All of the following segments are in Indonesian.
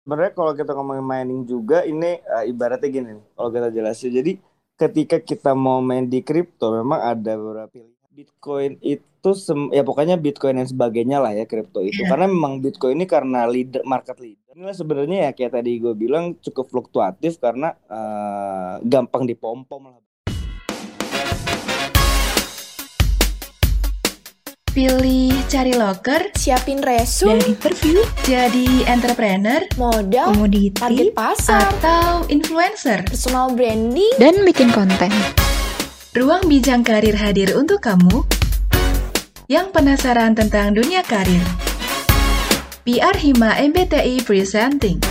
Sebenarnya kalau kita ngomongin mining juga ini ibaratnya gini nih, kalau kita jelasin. Jadi ketika kita mau main di kripto memang ada beberapa pilihan. Bitcoin itu ya pokoknya Bitcoin dan sebagainya lah ya kripto itu. Iya. Karena memang Bitcoin ini karena leader market leader. Inilah sebenarnya ya kayak tadi gue bilang cukup fluktuatif karena gampang dipom-pom lah. Pilih cari loker, siapin resume, dan interview, jadi entrepreneur, modal, komoditi, target pasar, atau influencer, personal branding, dan bikin konten. Ruang Bincang Karir hadir untuk kamu yang penasaran tentang dunia karir. PR Hima MBTI Presenting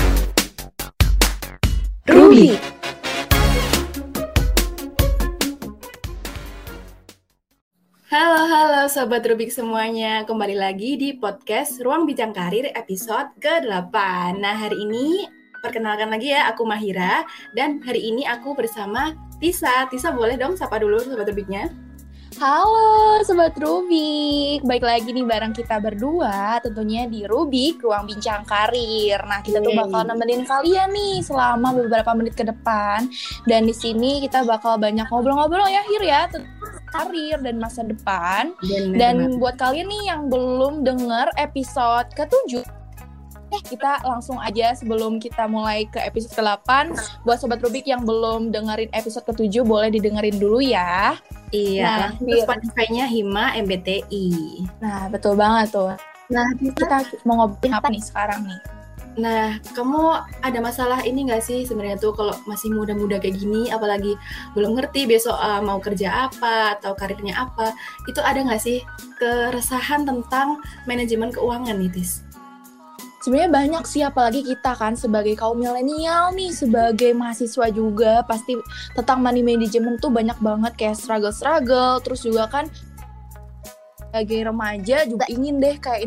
Ruby. Halo Sobat Rubik semuanya, kembali lagi di podcast Ruang Bincang Karir episode ke-8. Nah hari ini, perkenalkan lagi ya, aku Mahira, dan hari ini aku bersama Tisa. Tisa boleh dong sapa dulu Sobat Rubiknya? Halo Sobat Rubik, baik lagi nih bareng kita berdua tentunya di Rubik, Ruang Bincang Karir. Nah kita tuh bakal nemenin kalian nih selama beberapa menit ke depan. Dan di sini kita bakal banyak ngobrol-ngobrol ya Hir ya, karir dan masa depan. Dan buat kalian nih yang belum dengar episode ke-7, kita langsung aja sebelum kita mulai ke episode ke-8. Buat Sobat Rubik yang belum dengerin episode ke-7 boleh didengerin dulu ya. Iya, langsung Spotify-nya Hima MBTI. Nah, betul banget tuh. Nah, kita mau ngobrolin apa nih sekarang nih? Nah, kamu ada masalah ini nggak sih sebenarnya tuh kalau masih muda-muda kayak gini, apalagi belum ngerti besok mau kerja apa atau karirnya apa, itu ada nggak sih keresahan tentang manajemen keuangan nih, Tis? Sebenarnya banyak sih, apalagi kita kan sebagai kaum milenial nih, sebagai mahasiswa juga pasti tentang money management tuh banyak banget kayak struggle, terus juga kan sebagai remaja juga ingin deh kayak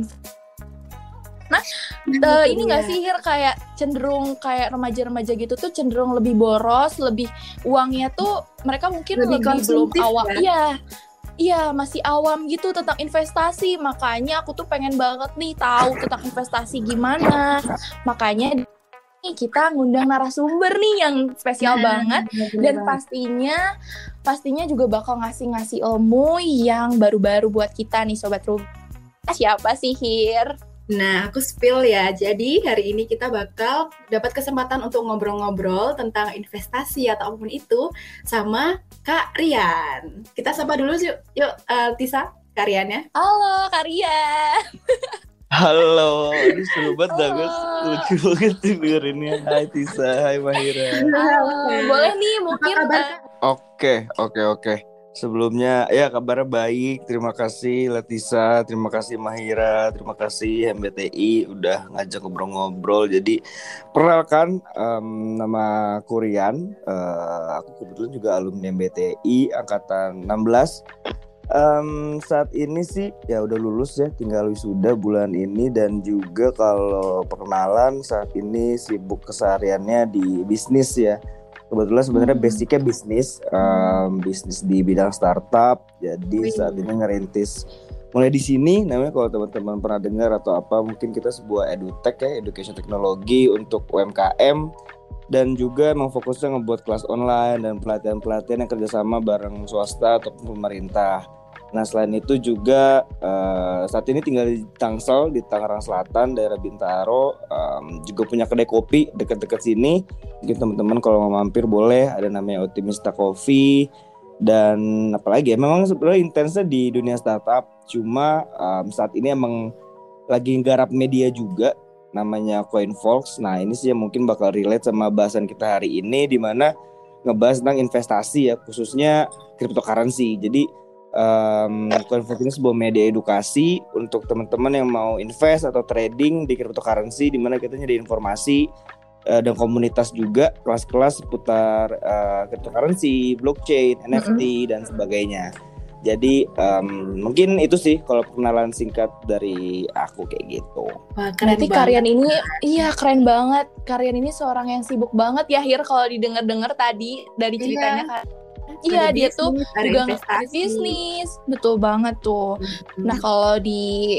ini nggak sih Hir, kayak cenderung kayak remaja-remaja gitu tuh cenderung lebih boros, lebih uangnya tuh mereka mungkin lebih belum awam ya? Iya, masih awam gitu tentang investasi. Makanya aku tuh pengen banget nih tahu tentang investasi gimana. Makanya nih kita ngundang narasumber nih yang spesial banget. Dan pastinya juga bakal ngasih ilmu yang baru-baru buat kita nih Sobat Ruby. Siapa sih Hir? Nah, aku spill ya. Jadi hari ini kita bakal dapat kesempatan untuk ngobrol-ngobrol tentang investasi atau apapun itu sama Kak Rian. Kita sapa dulu yuk Tisa, Kak Rian ya. Halo Kak Rian. Halo, ini seru banget dah, lucu banget dengerinnya. Hai Tisa, hai Mahira. Halo, boleh nih mungkin. Oke. Sebelumnya ya kabarnya baik, terima kasih Letisa, terima kasih Mahira, terima kasih MBTI udah ngajak ngobrol-ngobrol. Jadi perkenalkan, nama Kurian, aku kebetulan juga alumni MBTI angkatan 16. Saat ini sih ya udah lulus ya, tinggal wisuda bulan ini. Dan juga kalau perkenalan saat ini sibuk kesehariannya di bisnis ya. Kebetulan sebenarnya basicnya bisnis di bidang startup. Jadi saat ini ngerintis mulai di sini, namanya kalau teman-teman pernah dengar atau apa, mungkin kita sebuah edutech ya, education teknologi untuk UMKM. Dan juga emang fokusnya ngebuat kelas online dan pelatihan-pelatihan yang kerjasama bareng swasta ataupun pemerintah. Nah selain itu juga saat ini tinggal di Tangsel, di Tangerang Selatan, daerah Bintaro. Juga punya kedai kopi dekat-dekat sini. Mungkin teman-teman kalau mau mampir boleh, ada namanya Optimista Coffee. Dan apalagi ya, memang sebenarnya intensnya di dunia startup. Cuma saat ini emang lagi nggarap media juga, namanya CoinVolks. Nah ini sih yang mungkin bakal relate sama bahasan kita hari ini, di mana ngebahas tentang investasi ya, khususnya cryptocurrency. Jadi CoinVolks ini sebuah media edukasi untuk teman-teman yang mau invest atau trading di cryptocurrency, di mana kita nyediain informasi dan komunitas juga, kelas-kelas seputar cryptocurrency, blockchain, NFT dan sebagainya. Jadi mungkin itu sih kalau perkenalan singkat dari aku kayak gitu. Wah, berarti Karian ini keren banget. Karian ini seorang yang sibuk banget ya Hir, kalau didengar-dengar tadi dari ceritanya kan. Iya, dia tuh juga ngerti bisnis. Betul banget tuh. Nah, kalau di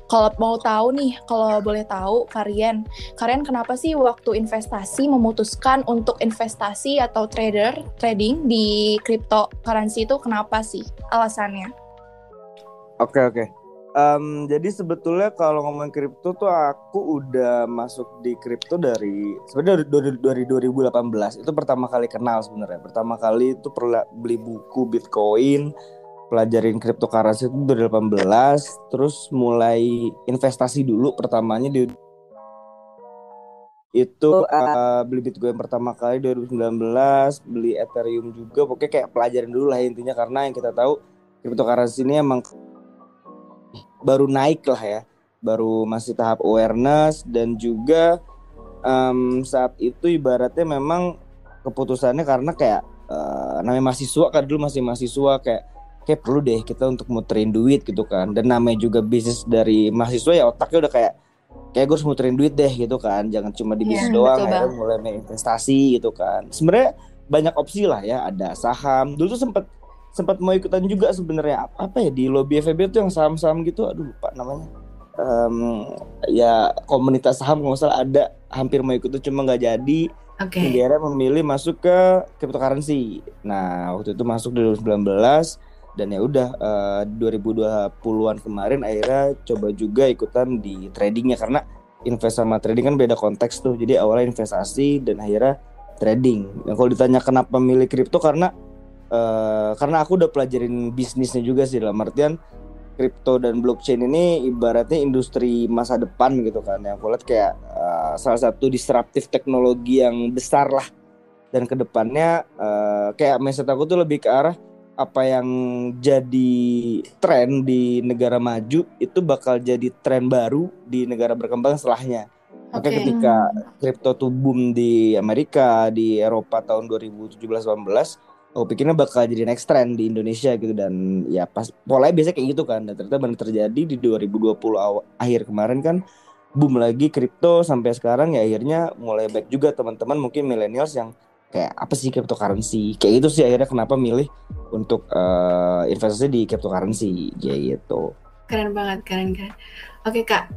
Kalau mau tahu nih, kalau boleh tahu, Karian kenapa sih waktu investasi memutuskan untuk investasi atau trading di cryptocurrency itu kenapa sih alasannya? Oke. Jadi sebetulnya kalau ngomongin kripto tuh aku udah masuk di kripto sebenarnya dari 2018. Itu pertama kali kenal sebenarnya. Pertama kali itu beli buku Bitcoin, pelajarin cryptocurrency itu 2018, terus mulai investasi dulu pertamanya beli Bitcoin pertama kali 2019, beli Ethereum juga, pokoknya kayak pelajarin dulu lah intinya, karena yang kita tahu cryptocurrency ini emang baru naik lah ya, baru masih tahap awareness, dan juga saat itu ibaratnya memang keputusannya karena kayak namanya mahasiswa kan, dulu masih mahasiswa, kayak perlu deh kita untuk muterin duit gitu kan, dan namanya juga bisnis dari mahasiswa ya, otaknya udah kayak gue harus muterin duit deh gitu kan, jangan cuma di bisnis doang, akhirnya mulai main investasi gitu kan. Sebenarnya banyak opsi lah ya, ada saham, dulu tuh sempat mau ikutan juga sebenarnya, apa ya, di lobby FEB tuh yang saham-saham gitu, aduh lupa namanya, ya komunitas saham kalau nggak salah ada, hampir mau ikut tuh cuma nggak jadi. Akhirnya memilih masuk ke cryptocurrency. Nah waktu itu masuk di 2019, dan ya udah 2020-an kemarin akhirnya coba juga ikutan di tradingnya, karena invest sama trading kan beda konteks tuh. Jadi awalnya investasi dan akhirnya trading. Nah, kalau ditanya kenapa milih kripto, karena aku udah pelajarin bisnisnya juga sih, dalam artian kripto dan blockchain ini ibaratnya industri masa depan gitu kan. Yang aku lihat kayak salah satu disruptif teknologi yang besar lah, dan kedepannya kayak mindset aku tuh lebih ke arah apa yang jadi tren di negara maju itu bakal jadi tren baru di negara berkembang setelahnya. Makanya ketika kripto tuh boom di Amerika, di Eropa tahun 2017-18, aku pikirnya bakal jadi next trend di Indonesia gitu. Dan ya pas polanya biasanya kayak gitu kan, dan ternyata benar terjadi di 2020 akhir kemarin kan, boom lagi kripto sampai sekarang. Ya akhirnya mulai baik juga teman-teman mungkin millennials yang kayak apa sih cryptocurrency, kayak gitu sih, akhirnya kenapa milih untuk investasi di cryptocurrency gitu. Keren banget, keren. Oke Kak,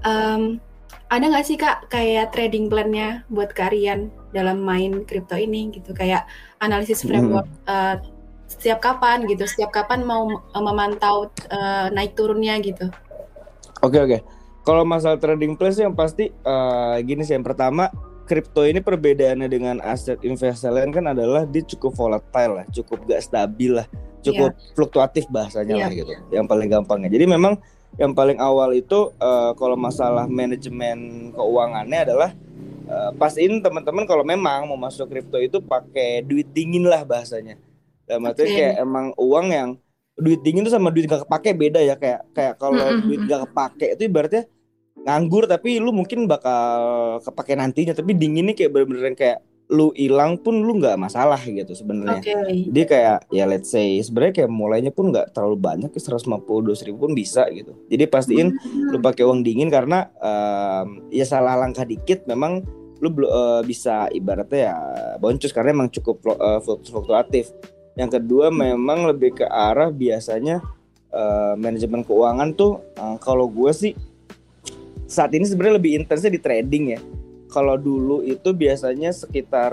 ada nggak sih Kak kayak trading plan-nya buat kalian dalam main kripto ini gitu, kayak analisis framework setiap kapan mau memantau naik turunnya gitu? Oke. Kalau masalah trading plan sih yang pasti gini sih, yang pertama, kripto ini perbedaannya dengan aset investasi lain kan adalah dia cukup volatile lah, cukup gak stabil lah, cukup fluktuatif bahasanya lah gitu, yang paling gampangnya. Jadi memang yang paling awal itu kalau masalah manajemen keuangannya adalah pastiin teman-teman kalau memang mau masuk kripto itu pakai duit dingin lah bahasanya. Dalam artinya kayak emang uang yang duit dingin itu sama duit gak kepake beda ya, kayak kalau duit gak kepake itu ibaratnya nganggur, tapi lu mungkin bakal kepake nantinya, tapi dingin nih kayak bener-bener kayak lu hilang pun lu nggak masalah gitu sebenarnya. Jadi kayak ya let's say sebenarnya kayak mulainya pun nggak terlalu banyak, 150-200 ribu pun bisa gitu. Jadi pastiin lu pakai uang dingin, karena ya salah langkah dikit memang lu bisa ibaratnya ya boncos, karena emang cukup fluktuatif. Yang kedua memang lebih ke arah biasanya manajemen keuangan tuh kalau gue sih saat ini sebenarnya lebih intensnya di trading ya. Kalau dulu itu biasanya sekitar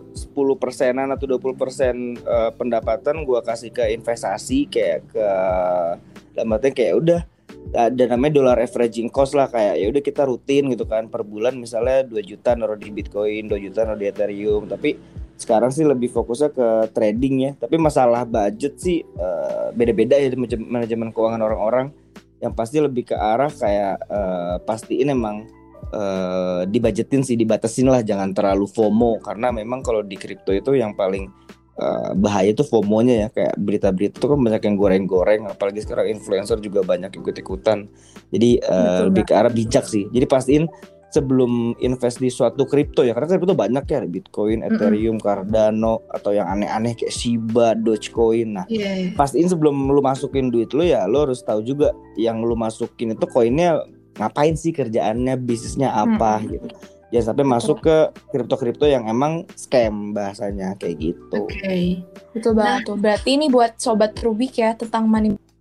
10%-an atau 20% pendapatan gue kasih ke investasi, kayak ke dalam artinya kayak udah ada namanya dollar averaging cost lah, kayak ya udah kita rutin gitu kan, per bulan misalnya 2 juta naruh di Bitcoin, 2 juta naruh di Ethereum. Tapi sekarang sih lebih fokusnya ke trading ya. Tapi masalah budget sih beda-beda ya manajemen keuangan orang-orang. Yang pasti lebih ke arah kayak pastiin emang dibatasin lah, jangan terlalu FOMO, karena memang kalau di kripto itu yang paling bahaya itu FOMO-nya ya, kayak berita-berita itu kan banyak yang goreng-goreng, apalagi sekarang influencer juga banyak ikut-ikutan. Jadi lebih ke arah bijak sih. Jadi pastiin sebelum invest di suatu kripto ya, karena kripto banyak ya, Bitcoin, Ethereum, Cardano, atau yang aneh-aneh kayak Shiba, Dogecoin. Nah, pastiin sebelum lu masukin duit lu ya, lu harus tahu juga yang lu masukin itu koinnya ngapain sih, kerjaannya, bisnisnya apa gitu. Jangan sampai masuk ke kripto-kripto yang emang scam bahasanya kayak gitu. Betul banget tuh. Berarti ini buat sobat Rubik ya, tentang money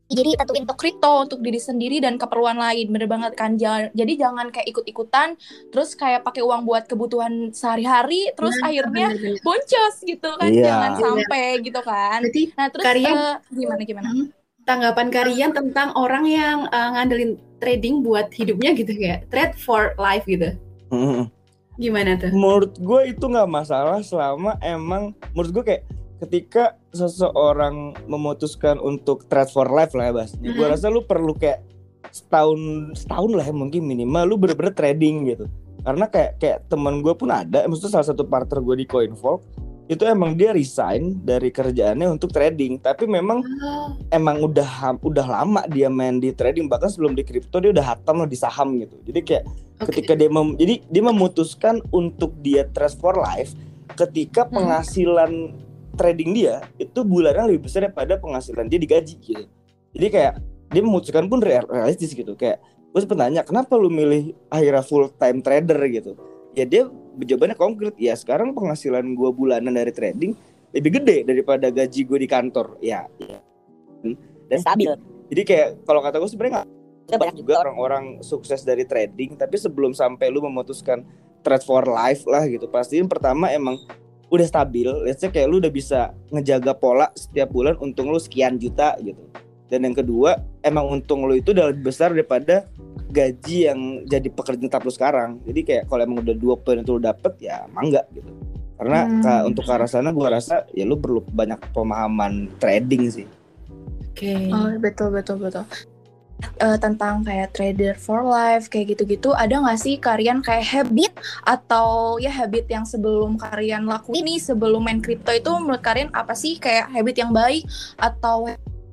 Jadi tentuin untuk kripto, untuk diri sendiri dan keperluan lain. Bener banget kan. Jadi jangan kayak ikut-ikutan, terus kayak pakai uang buat kebutuhan sehari-hari, terus Nah, akhirnya bener-bener. boncos gitu kan. Iya. Jangan Iya. sampai gitu kan. Berarti Nah terus kalian gimana? tanggapan kalian tentang orang yang ngandelin trading buat hidupnya gitu kayak trade for life gitu. Gimana tuh? Menurut gue itu nggak masalah selama emang menurut gue kayak ketika seseorang memutuskan untuk trade for life lah ya Bas. Gue rasa lu perlu kayak setahun lah ya mungkin minimal lu bener-bener trading gitu. Karena kayak teman gue pun ada, maksudnya salah satu partner gue di Coinvolk itu emang dia resign dari kerjaannya untuk trading, tapi memang emang udah lama dia main di trading, bahkan sebelum di kripto dia udah hatam loh di saham gitu. Jadi kayak ketika dia memutuskan untuk dia trade for life ketika penghasilan trading dia itu bulannya lebih besar daripada penghasilan dia digaji gitu. Jadi kayak dia memutuskan pun realistis gitu. Kayak gue sempat nanya kenapa lu milih akhirnya full time trader gitu. Ya dia jawabannya konkret. Ya sekarang penghasilan gue bulanan dari trading lebih gede daripada gaji gue di kantor. Ya. Dan stabil. Jadi kayak kalau kata gue sebenarnya nggak banyak juga orang-orang sukses dari trading. Tapi sebelum sampai lu memutuskan trade for life lah gitu, pastiin pertama emang udah stabil. Let's say kayak lu udah bisa ngejaga pola setiap bulan untung lu sekian juta gitu. Dan yang kedua emang untung lu itu udah lebih besar daripada gaji yang jadi pekerja tetap lu sekarang. Jadi kayak kalau emang udah 2 poin itu lu dapet ya mangga gitu. Karena untuk ke arah sana gue rasa ya lu perlu banyak pemahaman trading sih. Oke. Oh betul. Tentang kayak trader for life kayak gitu-gitu, ada nggak sih kalian kayak habit atau ya habit yang sebelum kalian lakuin nih sebelum main kripto itu menurut kalian apa sih kayak habit yang baik atau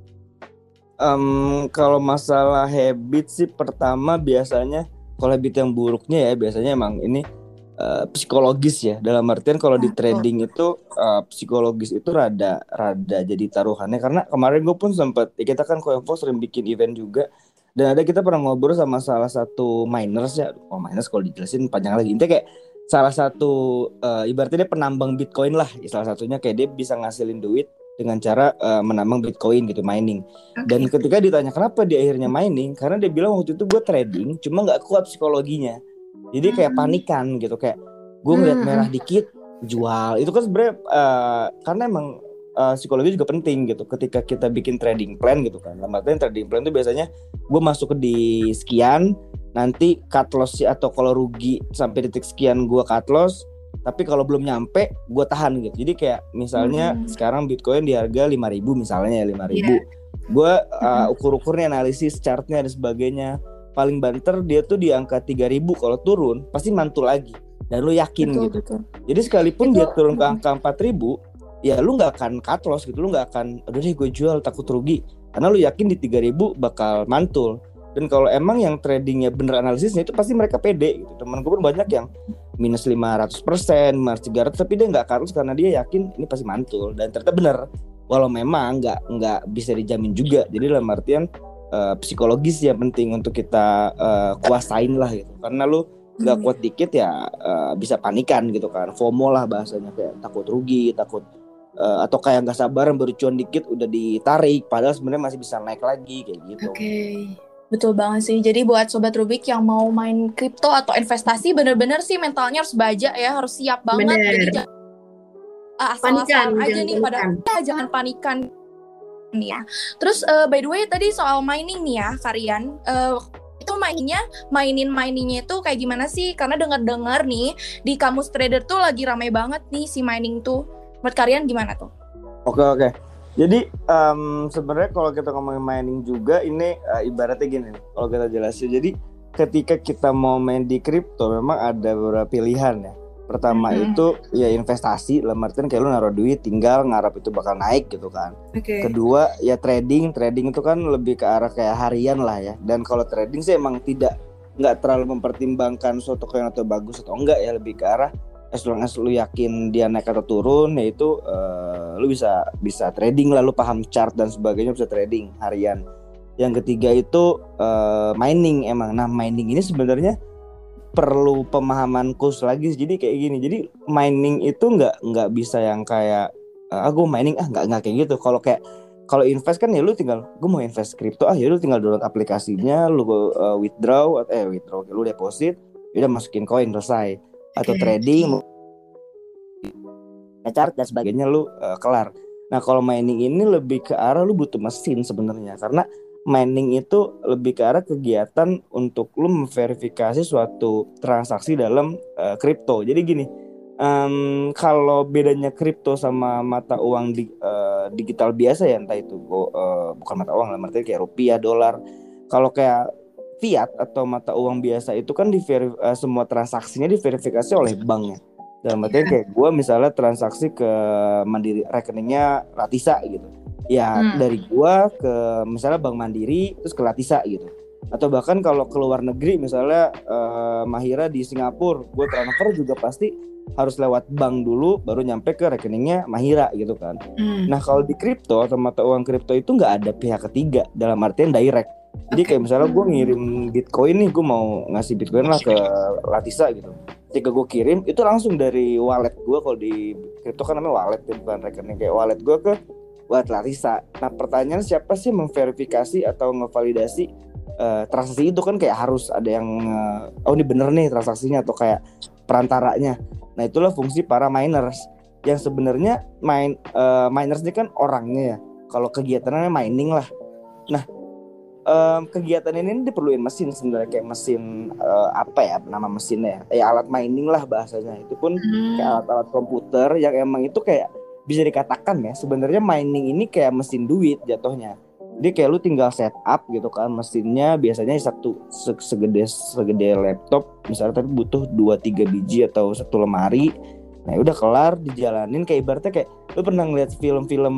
kalau masalah habit sih pertama biasanya kalau habit yang buruknya ya biasanya emang ini psikologis ya, dalam artian kalau di trading itu psikologis itu rada jadi taruhannya. Karena kemarin gue pun sempat kita kan Coinvolk sering bikin event juga dan kita pernah ngobrol sama salah satu miners ya. Miners kalau dijelasin panjang lagi, intinya kayak salah satu ibaratnya dia penambang Bitcoin lah, salah satunya kayak dia bisa ngasilin duit dengan cara menambang Bitcoin gitu, mining. Dan ketika ditanya kenapa dia akhirnya mining, karena dia bilang waktu itu gue trading cuma nggak kuat psikologinya. Jadi kayak panikan gitu, kayak gue ngeliat merah dikit jual. Itu kan sebenarnya karena emang psikologi juga penting gitu ketika kita bikin trading plan gitu kan. Maksudnya trading plan itu biasanya gue masuk ke di sekian, nanti cut loss atau kalau rugi sampai detik sekian gue cut loss. Tapi kalau belum nyampe gue tahan gitu. Jadi kayak misalnya sekarang Bitcoin di harga 5.000 misalnya ya 5.000. Gue ukur-ukurnya analisis chartnya dan sebagainya. Paling banter dia tuh di angka 3.000, kalau turun pasti mantul lagi dan lu yakin gitu. Jadi sekalipun dia turun ke angka 4.000, ya lu nggak akan cut loss gitu, lu nggak akan aduh deh gue jual takut rugi, karena lu yakin di 3.000 bakal mantul. Dan kalau emang yang tradingnya bener analisisnya itu pasti mereka pede gitu. Temen gue pun banyak yang minus 500%, minus 300, tapi dia nggak cut loss karena dia yakin ini pasti mantul. Dan ternyata bener, walau memang nggak bisa dijamin juga. Jadi dalam artian psikologis yang penting untuk kita kuasain lah gitu. Karena lu nggak kuat dikit ya bisa panikan gitu kan, FOMO lah bahasanya, kayak takut rugi, takut atau kayak nggak sabaran baru cuan dikit udah ditarik, padahal sebenarnya masih bisa naik lagi kayak gitu. Betul banget sih. Jadi buat Sobat Rubik yang mau main kripto atau investasi, bener-bener sih mentalnya harus baja ya, harus siap banget. Jadi asal-asalan aja nih, padahal jangan panikan nih ya. Terus by the way tadi soal mining nih ya Karian, itu maininnya itu kayak gimana sih? Karena dengar-dengar nih di Kamus Trader tuh lagi ramai banget nih si mining tuh. Menurut Karian gimana tuh? Oke. Jadi sebenarnya kalau kita ngomongin mining juga ini ibaratnya gini nih, kalau kita jelasin. Jadi ketika kita mau main di kripto memang ada beberapa pilihan ya. Pertama itu ya investasi, dalam artian kayak lu naruh duit tinggal ngarap itu bakal naik gitu kan. Kedua ya trading itu kan lebih ke arah kayak harian lah ya. Dan kalau trading sih emang nggak terlalu mempertimbangkan suatu koin atau bagus atau enggak ya, lebih ke arah as long as lu yakin dia naik atau turun, yaitu lu bisa trading lah, lu paham chart dan sebagainya, bisa trading harian. Yang ketiga itu mining emang. Nah mining ini sebenarnya perlu pemahaman khusus lagi. Jadi kayak gini, jadi mining itu nggak bisa yang kayak gue mining nggak kayak gitu. Kalau kayak Kalau invest kan ya lu tinggal, gue mau invest kripto ya lu tinggal download aplikasinya, lu withdraw, lu deposit, udah masukin koin selesai. Atau trading, chart dan sebagainya lu kelar. Nah kalau mining ini lebih ke arah lu butuh mesin sebenarnya, karena mining itu lebih ke arah kegiatan untuk lu memverifikasi suatu transaksi dalam kripto. Jadi gini, kalau bedanya kripto sama mata uang digital biasa ya, entah itu bukan mata uang lah, artinya kayak rupiah, dolar. Kalau kayak fiat atau mata uang biasa itu kan semua transaksinya diverifikasi oleh banknya. Dalam artian kayak gue misalnya transaksi ke Mandiri, rekeningnya Latisa gitu. Ya dari gue ke misalnya Bank Mandiri terus ke Latisa gitu. Atau bahkan kalau ke luar negeri misalnya Mahira di Singapura, gue transfer juga pasti harus lewat bank dulu baru nyampe ke rekeningnya Mahira gitu kan. Nah kalau di kripto atau mata uang kripto itu nggak ada pihak ketiga, dalam artian direct. Jadi kayak misalnya gue ngirim Bitcoin nih, gue mau ngasih Bitcoin lah ke Latisa gitu. Ketika gue kirim itu langsung dari wallet gue, kalau di kripto kan namanya wallet ya, bukan rekening, kayak wallet gue ke wallet Latisa. Nah pertanyaan siapa sih memverifikasi atau ngevalidasi transaksi itu kan, kayak harus ada yang oh ini bener nih transaksinya, atau kayak perantaranya. Nah itulah fungsi para miners, yang sebenarnya miners ini kan orangnya ya, kalau kegiatannya mining lah. Nah kegiatan ini diperluin mesin sebenarnya, kayak mesin apa ya nama mesinnya ya, alat mining lah bahasanya. Itu pun kayak alat-alat komputer yang emang itu kayak bisa dikatakan ya sebenarnya mining ini kayak mesin duit jatuhnya. Jadi kayak lu tinggal setup gitu kan mesinnya, biasanya segede laptop misalnya, tapi butuh 2-3 biji atau satu lemari. Nah udah kelar dijalanin, kayak ibaratnya kayak lu pernah ngeliat film-film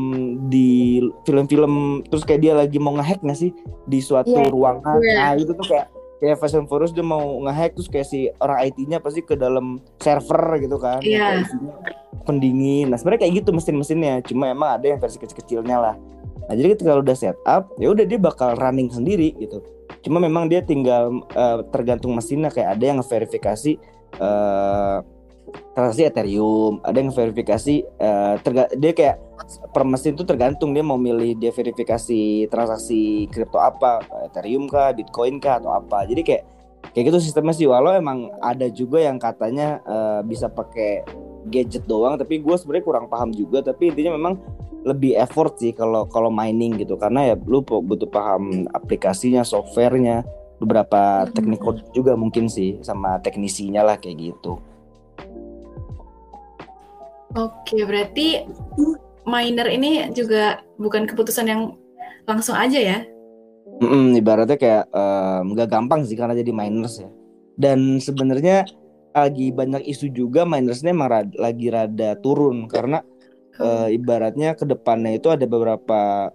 terus kayak dia lagi mau ngehack nggak sih di suatu ruangan. Nah itu tuh kayak Fast and Furious, dia mau ngehack terus kayak si orang IT-nya pasti ke dalam server gitu kan, kayak isinya pendingin. Nah sebenarnya kayak gitu mesin-mesinnya, cuma emang ada yang versi kecil-kecilnya lah. Nah jadi ketika lu udah setup ya udah dia bakal running sendiri gitu. Cuma memang dia tinggal tergantung mesinnya, kayak ada yang verifikasi transaksi Ethereum, ada yang verifikasi dia kayak per mesin tuh tergantung dia mau milih dia verifikasi transaksi kripto apa, Ethereum kah, Bitcoin kah, atau apa. Jadi kayak gitu sistemnya sih. Walau emang ada juga yang katanya bisa pakai gadget doang, tapi gue sebenarnya kurang paham juga. Tapi intinya memang lebih effort sih kalau mining gitu, karena ya lu butuh paham aplikasinya, softwarenya, beberapa teknik juga mungkin sih, sama teknisinya lah kayak gitu. Oke, berarti miner ini juga bukan keputusan yang langsung aja ya? Ibaratnya kayak nggak gampang sih karena jadi miners ya. Dan sebenarnya lagi banyak isu juga minersnya emang lagi rada turun, karena ibaratnya kedepannya itu ada beberapa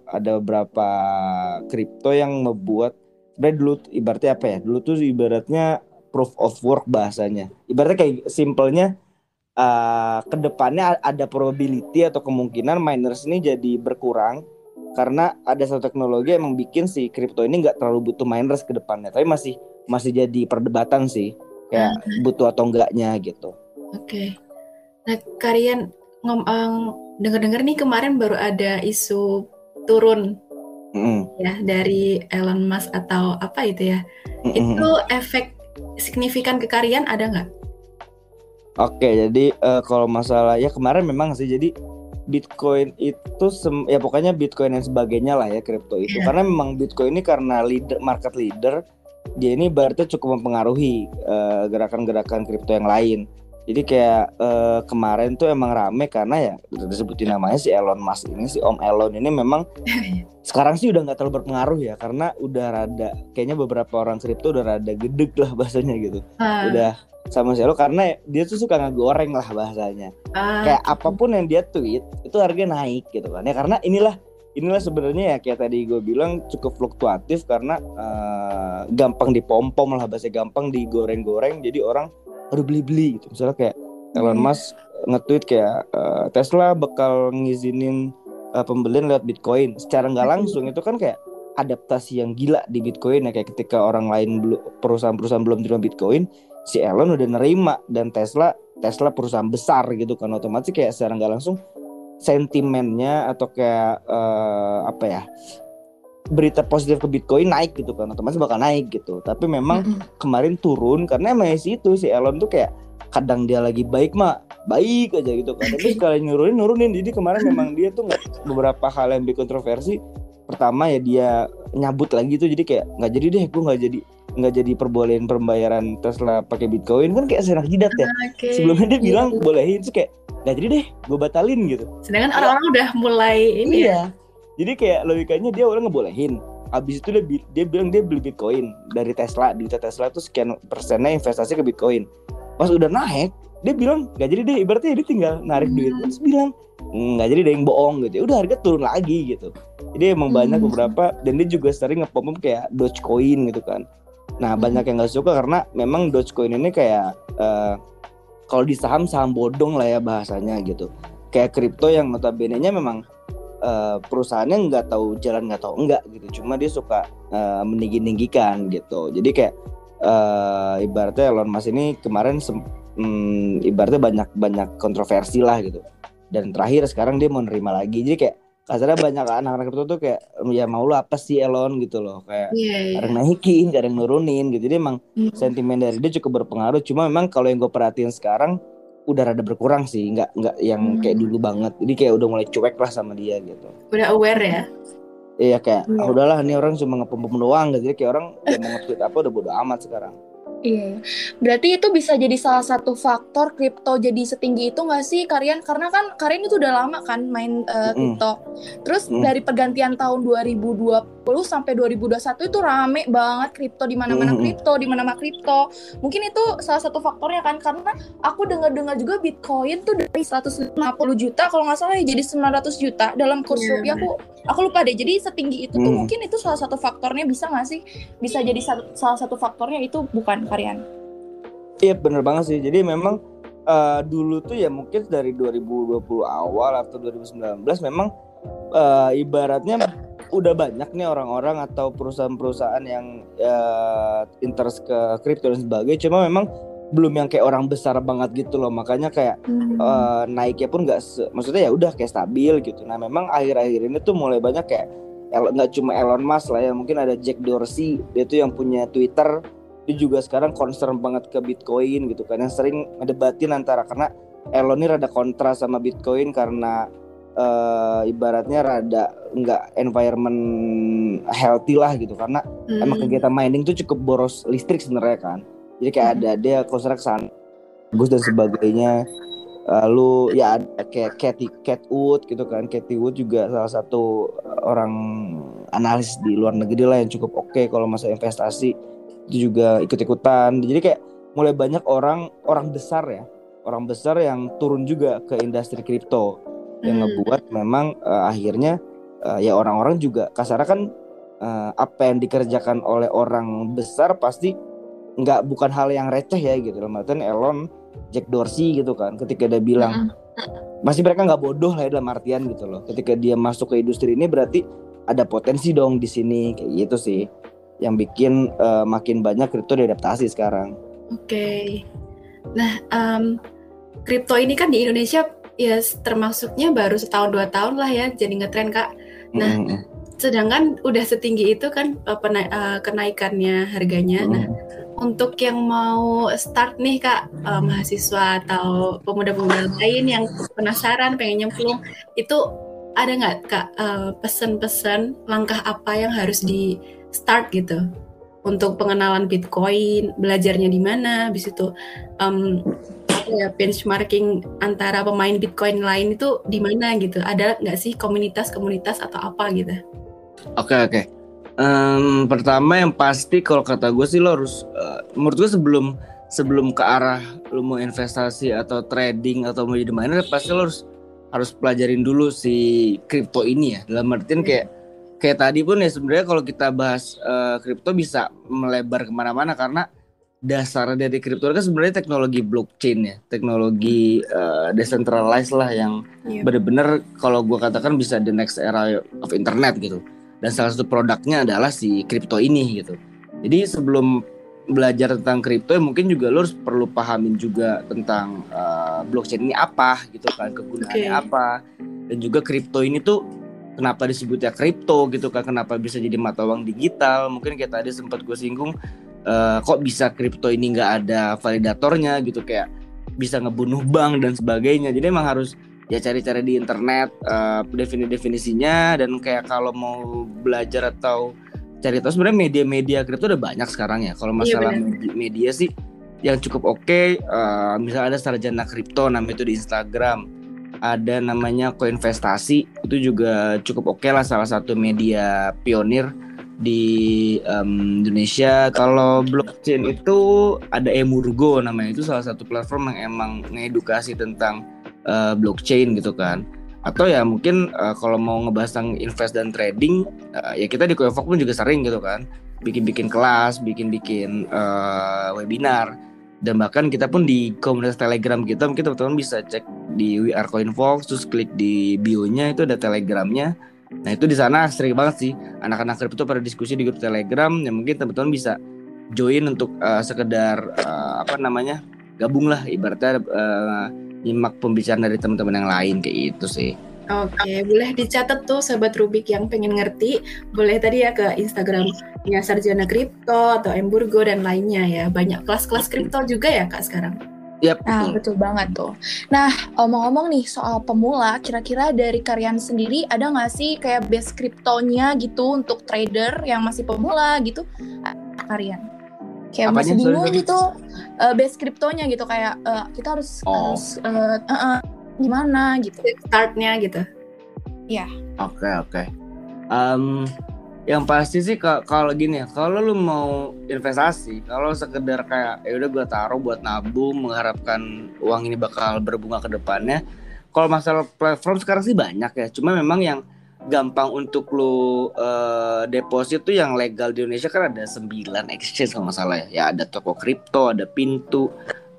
kripto yang ngebuat sebenarnya dulu ibaratnya apa ya? Dulu tuh ibaratnya proof of work bahasanya. Ibaratnya kayak simpelnya kedepannya ada probability atau kemungkinan miners ini jadi berkurang karena ada satu teknologi yang bikin si kripto ini nggak terlalu butuh miners ke depannya, tapi masih jadi perdebatan sih kayak butuh atau enggaknya gitu. Oke. Nah kalian dengar-dengar nih kemarin baru ada isu turun ya dari Elon Musk atau apa itu ya, itu efek signifikan ke kalian ada nggak? Oke, jadi kalau masalah ya kemarin memang sih, jadi Bitcoin itu ya pokoknya Bitcoin dan sebagainya lah ya, kripto itu karena memang Bitcoin ini karena market leader, dia ini berarti cukup mempengaruhi gerakan-gerakan kripto yang lain. Jadi kayak kemarin tuh emang rame karena ya udah disebutin namanya si Elon Musk ini, si Om Elon ini memang sekarang sih udah nggak terlalu berpengaruh ya, karena udah rada kayaknya beberapa orang kripto udah rada gedeg lah bahasanya gitu. Udah sama si Elon karena dia tuh suka ngegoreng lah bahasanya. Kayak apapun yang dia tweet itu harganya naik gitu kan ya, karena inilah sebenarnya ya kayak tadi gue bilang cukup fluktuatif karena gampang dipompom lah, bahasa gampang digoreng-goreng, jadi orang harus beli gitu. Misalnya kayak Elon Musk nge-tweet kayak Tesla bakal ngizinin pembelian lewat Bitcoin, secara nggak langsung itu kan kayak adaptasi yang gila di Bitcoin ya, kayak ketika orang lain perusahaan-perusahaan belum terima Bitcoin, si Elon udah nerima, dan Tesla perusahaan besar gitu kan, otomatis kayak secara nggak langsung sentimennya atau kayak apa ya, berita positif ke Bitcoin naik gitu kan, otomatis bakal naik gitu. Tapi memang kemarin turun karena emang si Elon tuh kayak kadang dia lagi baik aja gitu kan, tapi sekali nurunin. Jadi kemarin memang dia tuh beberapa hal yang bikin kontroversi. Pertama ya dia nyabut lagi tuh, jadi kayak nggak jadi deh, gue nggak jadi perbolehin pembayaran Tesla pakai Bitcoin, kan kayak senak jidat ya. Sebelumnya dia bilang bolehin, terus kayak nggak jadi deh, gue batalin gitu. Sedangkan orang-orang udah mulai ini ya. Jadi kayak logikanya dia orang ngebolehin. Abis itu dia bilang dia beli Bitcoin dari Tesla. Di Tesla tuh sekian persennya investasi ke Bitcoin. Pas udah naik, dia bilang nggak jadi deh. Ibaratnya dia tinggal narik duit. Terus bilang nggak jadi deh, yang bohong gitu. Udah harga turun lagi gitu. Jadi emang banyak beberapa. Dan dia juga sering nge-pump kayak Dogecoin gitu kan. Nah banyak yang nggak suka karena memang Dogecoin ini kayak kalau di saham bodong lah ya bahasanya gitu. Kayak kripto yang notabene-nya memang perusahaannya nggak tahu jalan nggak tahu enggak gitu, cuma dia suka meninggi-ninggikan gitu. Jadi kayak ibaratnya Elon Musk ini kemarin ibaratnya banyak kontroversi lah gitu, dan terakhir sekarang dia mau nerima lagi. Jadi kayak kasarnya banyak anak-anak kripto tuh kayak ya mau lu apa sih Elon gitu loh, kayak kadang naikin kadang nurunin gitu. Jadi emang sentimen dari dia cukup berpengaruh. Cuma memang kalau yang gue perhatiin sekarang udah rada berkurang sih, nggak yang kayak dulu banget. Jadi kayak udah mulai cuek lah sama dia gitu. Udah aware ya? Iya kayak udahlah nih orang cuma nge-pump doang gitu. Jadi kayak orang mau nge-tweet apa udah bodo amat sekarang. Iya, berarti itu bisa jadi salah satu faktor kripto jadi setinggi itu nggak sih Karian? Karena kan Karian itu udah lama kan main kripto. Terus dari pergantian tahun 2020 sampai 2021 itu rame banget kripto, di mana-mana kripto. Mungkin itu salah satu faktornya kan, karena aku dengar juga Bitcoin tuh dari 150 juta kalau nggak salah ya jadi 900 juta dalam kurs rupiah. Aku lupa deh. Jadi setinggi itu tuh mungkin itu salah satu faktornya, bisa nggak sih? Bisa jadi salah satu faktornya itu, bukan Karian? Iya bener banget sih. Jadi memang dulu tuh ya mungkin dari 2020 awal atau 2019 memang ibaratnya udah banyak nih orang-orang atau perusahaan-perusahaan yang interest ke kripto dan sebagainya. Cuma memang belum yang kayak orang besar banget gitu loh. Makanya kayak naiknya pun maksudnya ya udah kayak stabil gitu. Nah memang akhir-akhir ini tuh mulai banyak kayak nggak cuma Elon Musk lah ya, mungkin ada Jack Dorsey, dia tuh yang punya Twitter. Dia juga sekarang concern banget ke Bitcoin gitu kan, yang sering ngedebatin antara, karena Elon ini rada kontra sama Bitcoin karena ibaratnya rada nggak environment healthy lah gitu, karena emang kegiatan mining tuh cukup boros listrik sebenarnya kan. Jadi kayak ada dia concern kesana bagus dan sebagainya. Lalu ya ada kayak Cathie Wood gitu kan. Cathie Wood juga salah satu orang analis di luar negeri lah yang cukup oke kalau masalah investasi. Itu juga ikut-ikutan. Jadi kayak mulai banyak orang besar yang turun juga ke industri kripto, yang ngebuat memang akhirnya ya orang-orang juga kasarnya kan apa yang dikerjakan oleh orang besar pasti bukan hal yang receh ya gitu. Dalam artian Elon, Jack Dorsey gitu kan, ketika dia bilang masih mereka nggak bodoh lah ya, dalam artian gitu loh. Ketika dia masuk ke industri ini berarti ada potensi dong di sini, kayak gitu sih yang bikin makin banyak kripto diadaptasi sekarang. Oke. Nah, kripto ini kan di Indonesia ya termasuknya baru 1-2 tahun lah ya jadi ngetren Kak. Nah, sedangkan udah setinggi itu kan kenaikannya harganya. Nah, untuk yang mau start nih Kak, mahasiswa atau pemuda-pemuda lain yang penasaran pengen nyemplung, itu ada nggak Kak pesan-pesan langkah apa yang harus di start gitu untuk pengenalan Bitcoin, belajarnya di mana, habis itu benchmarking antara pemain Bitcoin lain itu di mana gitu, ada nggak sih komunitas atau apa gitu? Oke. Pertama yang pasti kalau kata gue sih lo harus menurut gue sebelum ke arah lo mau investasi atau trading atau mau jadi miner, pasti lo harus pelajarin dulu si kripto ini ya. Dalam artian kayak tadi pun ya sebenarnya kalau kita bahas kripto bisa melebar kemana-mana, karena dasar dari kripto kan sebenarnya teknologi blockchain ya, teknologi decentralized lah yang benar-benar kalau gue katakan bisa the next era of internet gitu. Dan salah satu produknya adalah si kripto ini gitu. Jadi sebelum belajar tentang kripto ya mungkin juga lo harus perlu pahamin juga tentang blockchain ini apa gitu kan, kegunaannya apa. Dan juga kripto ini tuh kenapa disebutnya kripto gitu kan, kenapa bisa jadi mata uang digital. Mungkin kayak tadi sempat gue singgung, kok bisa kripto ini nggak ada validatornya gitu, kayak bisa ngebunuh bank dan sebagainya. Jadi emang harus ya cari-cari di internet definisinya. Dan kayak kalau mau belajar atau cari tahu, sebenarnya media-media kripto udah banyak sekarang ya. Kalau masalah media sih yang cukup oke, misalnya ada Sarjana Kripto namanya itu di Instagram. Ada namanya Koinvestasi, itu juga cukup oke lah, salah satu media pionir di Indonesia. Kalau blockchain itu ada Emurgo namanya, itu salah satu platform yang emang ngedukasi tentang blockchain gitu kan. Atau ya mungkin kalau mau ngebahas tentang invest dan trading, ya kita di Koinvok pun juga sering gitu kan, bikin-bikin kelas, bikin-bikin webinar. Dan bahkan kita pun di komunitas Telegram kita, mungkin teman-teman bisa cek di We Are Coinvox, terus klik di bio-nya itu ada Telegramnya. Nah itu di sana sering banget sih anak-anak kripto pada diskusi di grup Telegram. Ya mungkin teman-teman bisa join untuk sekedar gabung lah, ibaratnya nyimak pembicaraan dari teman-teman yang lain kayak itu sih. Oke, boleh dicatat tuh Sobat Rubik yang pengen ngerti, boleh tadi ya ke Instagramnya Sarjana Kripto atau Emburgo dan lainnya ya. Banyak kelas-kelas kripto juga ya Kak sekarang. Yap, Nah, betul banget tuh. Nah, omong-omong nih soal pemula, kira-kira dari kalian sendiri ada nggak sih kayak base kriptonya gitu untuk trader yang masih pemula gitu? Kalian kayak masih bingung gitu, base kriptonya gitu, kayak kita harus gimana gitu, startnya gitu. Ya. Oke. Yang pasti sih kalau gini ya, kalau lu mau investasi, kalau sekedar kayak ya udah gue taruh buat nabung mengharapkan uang ini bakal berbunga ke depannya. Kalau masalah platform sekarang sih banyak ya, cuma memang yang gampang untuk lu deposit tuh yang legal di Indonesia kan ada 9 exchange kalau nggak salah ya. Ya ada Toko Kripto, ada Pintu,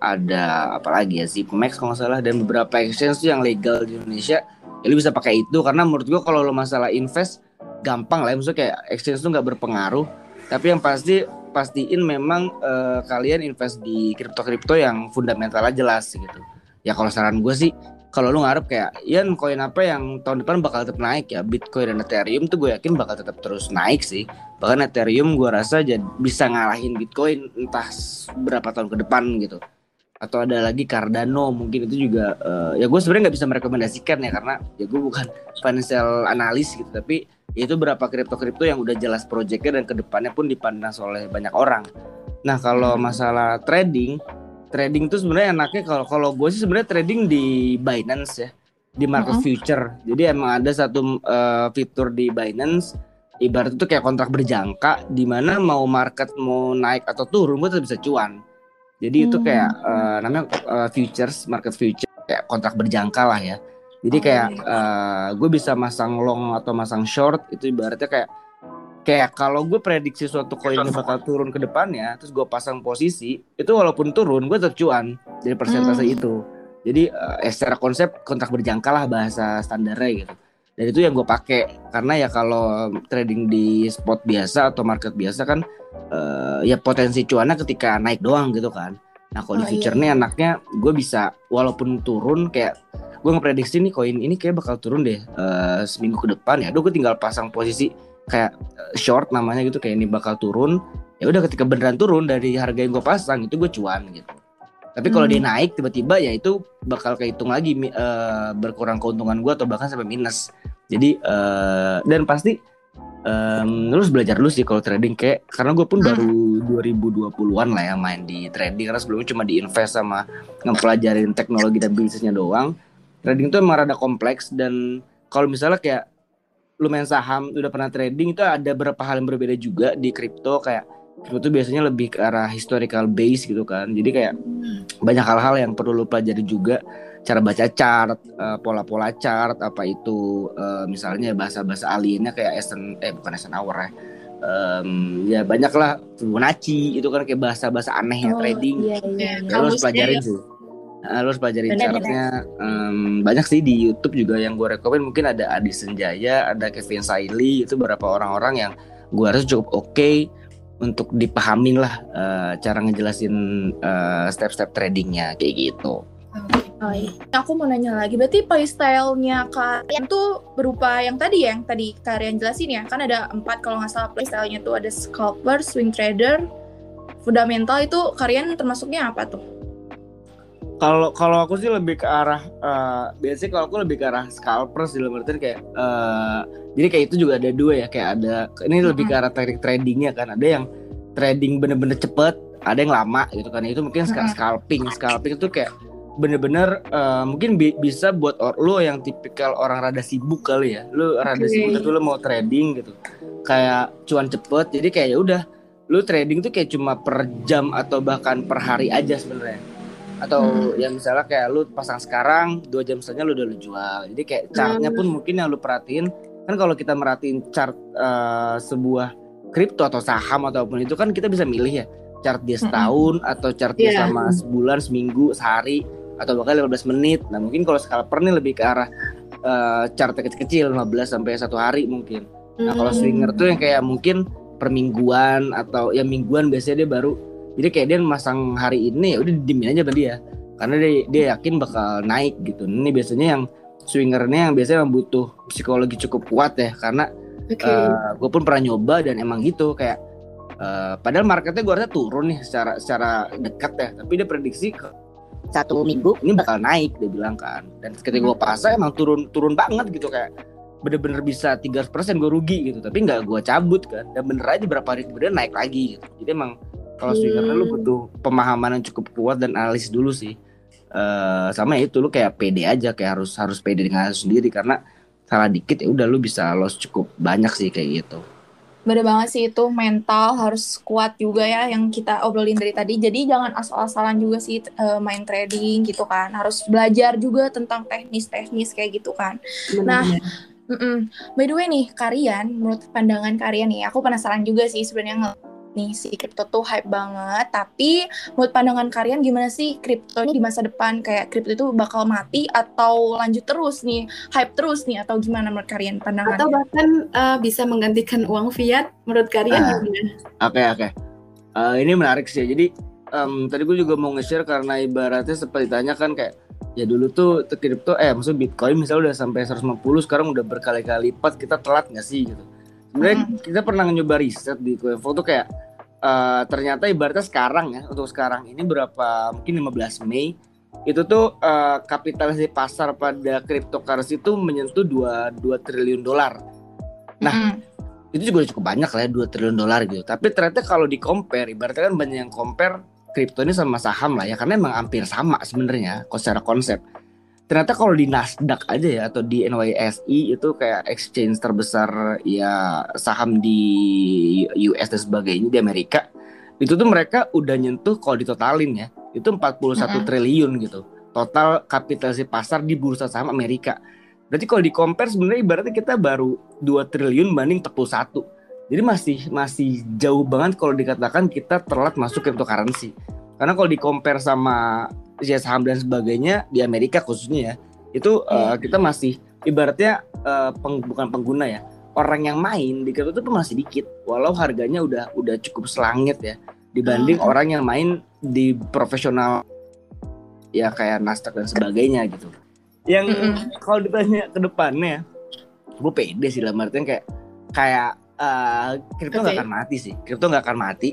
ada apalagi ya Zipmex kalau nggak salah, dan beberapa exchange tuh yang legal di Indonesia. Ya lu bisa pakai itu, karena menurut gua kalau lu masalah invest gampang lah ya, maksudnya kayak exchange tuh nggak berpengaruh. Tapi yang pastiin memang kalian invest di kripto yang fundamentalnya jelas gitu. Ya kalau saran gue sih, kalau lu ngarep kayak Ian, koin apa yang tahun depan bakal tetap naik ya, Bitcoin dan Ethereum tuh gue yakin bakal tetap terus naik sih. Bahkan Ethereum gue rasa bisa ngalahin Bitcoin entah berapa tahun ke depan gitu. Atau ada lagi Cardano, mungkin itu juga ya gue sebenarnya nggak bisa merekomendasikan ya, karena ya gue bukan financial analis gitu, tapi ya itu berapa kripto yang udah jelas proyeknya dan kedepannya pun dipandang oleh banyak orang. Nah kalau masalah trading tuh sebenarnya enaknya kalau gue sih sebenarnya trading di Binance ya, di market future. Jadi emang ada satu fitur di Binance, ibarat itu kayak kontrak berjangka, di mana mau market mau naik atau turun gue tetap bisa cuan. Jadi itu kayak namanya futures, market future, kayak kontrak berjangka lah ya. Jadi kayak gue bisa masang long atau masang short, itu ibaratnya kayak kalau gue prediksi suatu koin ini bakal turun ke depannya, terus gue pasang posisi, itu walaupun turun gue tetap cuan dari persentase itu. Jadi secara konsep kontrak berjangka lah bahasa standarnya gitu. Dan itu yang gue pakai, karena ya kalau trading di spot biasa atau market biasa kan ya potensi cuannya ketika naik doang gitu kan. Nah kalau di future nih enaknya gue bisa walaupun turun, kayak gue ngeprediksi nih koin ini kayak bakal turun deh seminggu ke depan ya, gue tinggal pasang posisi kayak short namanya gitu, kayak ini bakal turun, ya udah ketika beneran turun dari harga yang gue pasang itu gue cuan gitu. Tapi kalau dia naik tiba-tiba ya itu bakal kehitung lagi berkurang keuntungan gue atau bahkan sampai minus. Jadi dan pasti terus belajar dulu sih kalau trading, kayak karena gue pun baru 2020-an lah ya main di trading, karena sebelumnya cuma di invest sama ngepelajarin teknologi dan bisnisnya doang. Trading itu emang rada kompleks, dan kalau misalnya kayak lu main saham udah pernah trading, itu ada beberapa hal yang berbeda juga di kripto. Kayak kripto itu biasanya lebih ke arah historical base gitu kan, jadi kayak banyak hal-hal yang perlu lu pelajari juga, cara baca chart, pola-pola chart, apa itu misalnya bahasa-bahasa aliennya kayak bukan Eisenhower ya, ya banyak lah, Fibonacci itu kan kayak bahasa-bahasa anehnya trading. Lu harus pelajarin sih. Lu harus pelajarin chartnya. Banyak sih di YouTube juga yang gue rekomen, mungkin ada Adi Senjaya, ada Kevin Saili, itu beberapa orang-orang yang gue rasa cukup oke untuk dipahamin lah cara ngejelasin step-step tradingnya kayak gitu. Oh, iya. Aku mau nanya lagi, berarti playstyle-nya kalian tuh berupa yang tadi kalian jelasin ya, kan ada 4 kalau nggak salah playstyle-nya tuh, ada scalper, swing trader, fundamental. Itu kalian termasuknya apa tuh? Kalau aku sih lebih ke arah biasanya kalau aku lebih ke arah scalper sih, dalam artian kayak jadi kayak itu juga ada dua ya, kayak ada ini lebih ke arah teknik tradingnya kan, ada yang trading bener-bener cepet, ada yang lama gitu kan, itu mungkin scalping itu kayak bener-bener mungkin bisa buat lo yang tipikal orang rada sibuk kali ya, lo rada sibuk itu lo mau trading gitu, kayak cuan cepet, jadi kayak ya udah lo trading tuh kayak cuma per jam atau bahkan per hari aja sebenarnya. Atau ya misalnya kayak lu pasang sekarang 2 jam saja lu udah lu jual. Jadi kayak chartnya pun mungkin yang lu perhatiin kan, kalau kita merhatiin chart sebuah kripto atau saham ataupun itu kan kita bisa milih ya, chart dia setahun atau chart dia selama sebulan, seminggu, sehari, atau bahkan 15 menit. Nah mungkin kalau scalper nih lebih ke arah chart kecil-kecil 15 sampai 1 hari mungkin. Nah kalau swinger tuh yang kayak mungkin per mingguan atau ya mingguan biasanya dia baru. Jadi kayak dia masang hari ini ya udah didiemin aja sama dia, karena dia yakin bakal naik gitu. Ini biasanya yang swingernya yang biasanya butuh psikologi cukup kuat ya, karena gue pun pernah nyoba dan emang gitu kayak padahal marketnya gue rasa turun nih secara dekat ya, tapi dia prediksi ke 1 minggu ini bakal naik dia bilang kan. Dan ketika gue pasang emang turun banget gitu, kayak bener-bener bisa 300% gue rugi gitu, tapi nggak gue cabut kan, dan bener aja berapa hari kemudian naik lagi gitu. Jadi emang kalau swingernya lu butuh pemahaman yang cukup kuat dan analisis dulu sih. Sama itu lu kayak pede aja, kayak harus pede dengan lu sendiri, karena salah dikit ya udah lu bisa loss cukup banyak sih kayak gitu. Bener banget sih, itu mental harus kuat juga ya yang kita obrolin dari tadi. Jadi jangan asal-asalan juga sih main trading gitu kan. Harus belajar juga tentang teknis-teknis kayak gitu kan. Nah, by the way nih, kalian menurut pandangan kalian nih, aku penasaran juga sih sebenarnya nih si kripto tuh hype banget, tapi menurut pandangan kalian gimana sih kripto ini di masa depan? Kayak kripto itu bakal mati atau lanjut terus nih, hype terus nih, atau gimana menurut kalian pandangannya? Atau bahkan bisa menggantikan uang fiat, menurut kalian gimana? Oke. Ini menarik sih. Jadi tadi gue juga mau nge-share, karena ibaratnya seperti tanya kan kayak ya dulu tuh kripto maksudnya Bitcoin misalnya udah sampai 150, sekarang udah berkali-kali lipat, kita telat nggak sih gitu? Sebenarnya kita pernah nyoba riset di Kuevo tuh kayak ternyata ibaratnya sekarang ya, untuk sekarang ini mungkin 15 Mei itu tuh kapitalisasi pasar pada cryptocurrency itu menyentuh 2 triliun dolar. Nah itu juga cukup banyak lah ya, 2 triliun dolar gitu. Tapi ternyata kalau di compare, ibaratnya kan banyak yang compare kripto ini sama saham lah ya, karena emang hampir sama sebenarnya secara konsep. Ternyata kalau di Nasdaq aja ya, atau di NYSE itu kayak exchange terbesar ya saham di US dan sebagainya di Amerika, itu tuh mereka udah nyentuh kalau ditotalin ya, itu 41 triliun gitu total kapitalisasi pasar di bursa saham Amerika. Berarti kalau di compare sebenarnya ibaratnya kita baru 2 triliun banding 41. Jadi masih jauh banget kalau dikatakan kita telat masuk cryptocurrency. Karena kalau di compare sama saham dan sebagainya di Amerika khususnya ya, itu kita masih ibaratnya bukan pengguna ya, orang yang main di kripto itu masih dikit, walau harganya udah cukup selangit ya dibanding orang yang main di profesional ya kayak Nasdaq dan sebagainya gitu. Yang kalau ditanya ke depannya, gue pede sih, dalam artian kayak kripto nggak akan mati sih, kripto nggak akan mati.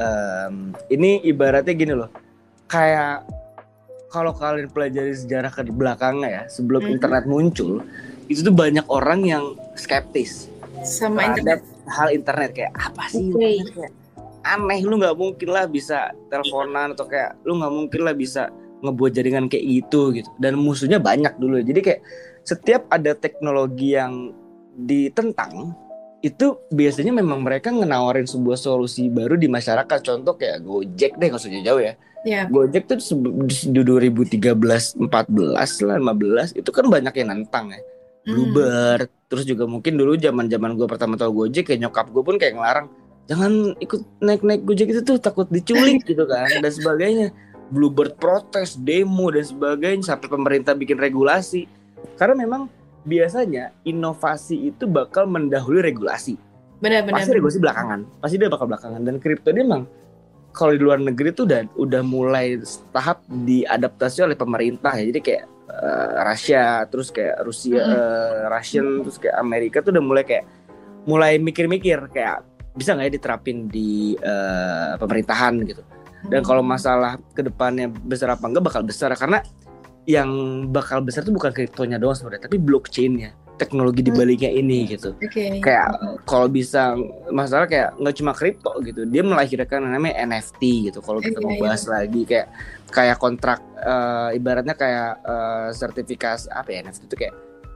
Ini ibaratnya gini loh, kayak kalau kalian pelajari sejarah ke belakangnya ya, sebelum internet muncul, itu tuh banyak orang yang skeptis sama terhadap hal internet, kayak apa sih internet, kayak aneh, lu nggak mungkin lah bisa teleponan, atau kayak lu nggak mungkin lah bisa ngebuat jaringan kayak gitu. Dan musuhnya banyak dulu, jadi kayak setiap ada teknologi yang ditentang itu biasanya memang mereka ngenawarin sebuah solusi baru di masyarakat. Contoh kayak Gojek deh, nggak usah jauh ya. Gojek tuh di 2013, 14 lah, 15 itu kan banyak yang nentang ya. Bluebird, terus juga mungkin dulu zaman gue pertama tahu Gojek, kayak nyokap gue pun kayak ngelarang, jangan ikut naik Gojek itu tuh takut diculik gitu kan, dan sebagainya. Bluebird protes, demo dan sebagainya, sampai pemerintah bikin regulasi. Karena memang biasanya inovasi itu bakal mendahului regulasi. Benar. Pasti regulasi belakangan, pasti dia bakal belakangan. Dan kripto dia emang kalau di luar negeri tuh udah mulai tahap diadaptasi oleh pemerintah ya. Jadi kayak Rusia, terus kayak Rusia, Russian, terus kayak Amerika tuh udah mulai mikir-mikir kayak bisa nggak ya diterapin di pemerintahan gitu. Dan kalau masalah kedepannya besar apa enggak, bakal besar karena yang bakal besar tuh bukan kriptonya doang sebenarnya, tapi blockchainnya, teknologi di baliknya ini gitu. Kayak kalau bisa masalah kayak nggak cuma kripto gitu, dia melahirkan namanya NFT gitu. Kalau kita mau bahas lagi kayak kontrak, ibaratnya kayak sertifikasi apa ya, NFT itu kayak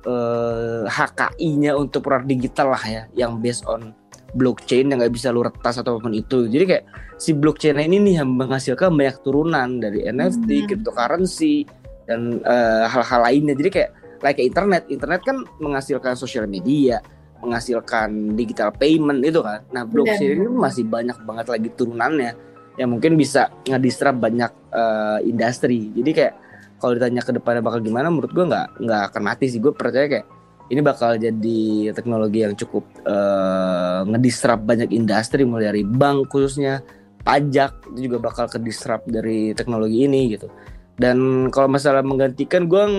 HKI-nya untuk produk digital lah ya, yang based on blockchain yang nggak bisa lu retas atau apapun itu. Jadi kayak si blockchain ini nih yang menghasilkan banyak turunan dari NFT, cryptocurrency dan hal-hal lainnya. Jadi kayak internet kan menghasilkan sosial media, menghasilkan digital payment itu kan. Nah blockchain ini masih banyak banget lagi turunannya yang mungkin bisa ngedisrupt banyak industri. Jadi kayak kalau ditanya ke depannya bakal gimana, menurut gue nggak akan mati sih. Gue percaya kayak ini bakal jadi teknologi yang cukup ngedisrupt banyak industri, mulai dari bank khususnya, pajak itu juga bakal kedisrupt dari teknologi ini gitu. Dan kalau masalah menggantikan, gue